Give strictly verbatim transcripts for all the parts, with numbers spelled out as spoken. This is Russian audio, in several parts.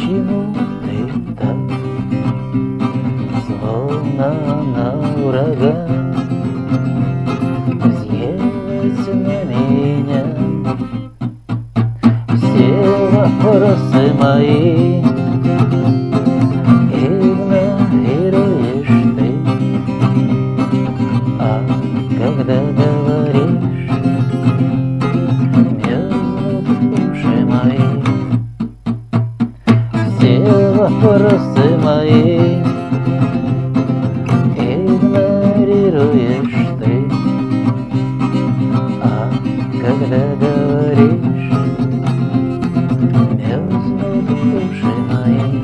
Почему ты так, словно на ураган, взъелась на меня? Все вопросы мои игнорируешь ты, а когда говоришь, мерзнут уши мои. Все вопросы мои игнорируешь ты, а когда говоришь, мерзнут уши мои.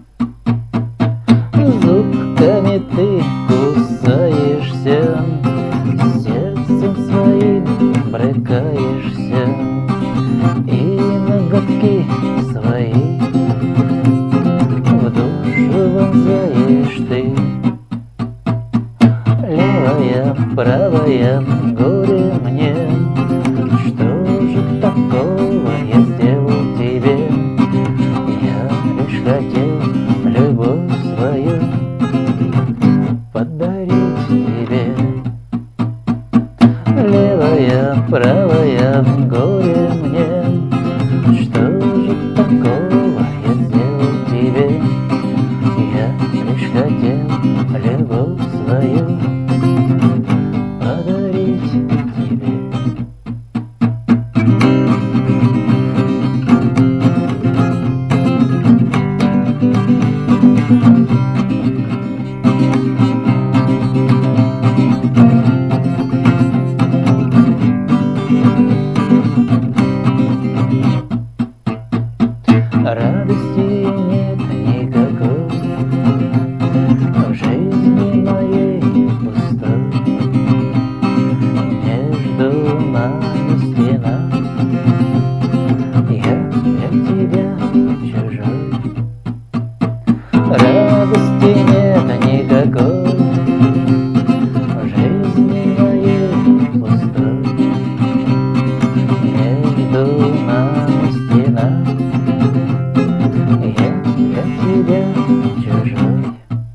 Зубками ты кусаешься, сердцем своим брыкаешься, и ноготки свои в душу вонзаешь ты. Левая, правая, горе мне, что же такого я сделал тебе? Я лишь хотел любовь свою подарить тебе. Левая, правая, горе мне, что же такого я сделал тебе? Я лишь хотел любовь свою подарить тебе. Радости нет никакой в жизни моей пустой. Между нами стена, я для тебя чужой. Радости нет никакой в жизни моей пустой. Между нами стена, я для тебя чужой.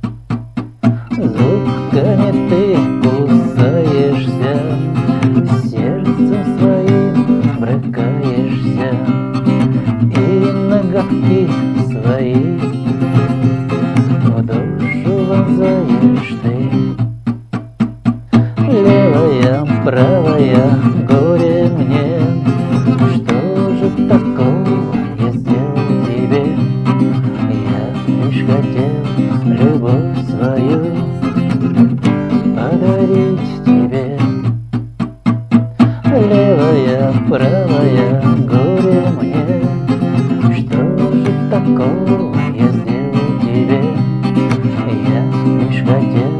Зубками ты кусаешься, сердцем своим брыкаешься, и ноготки свои в душу вонзаешь ты. Левая, правая, горе мне, что же такого я сделал тебе? Я лишь хотел любовь свою подарить тебе. Левая, правая, горе мне, что же такого я сделал тебе? Я лишь хотел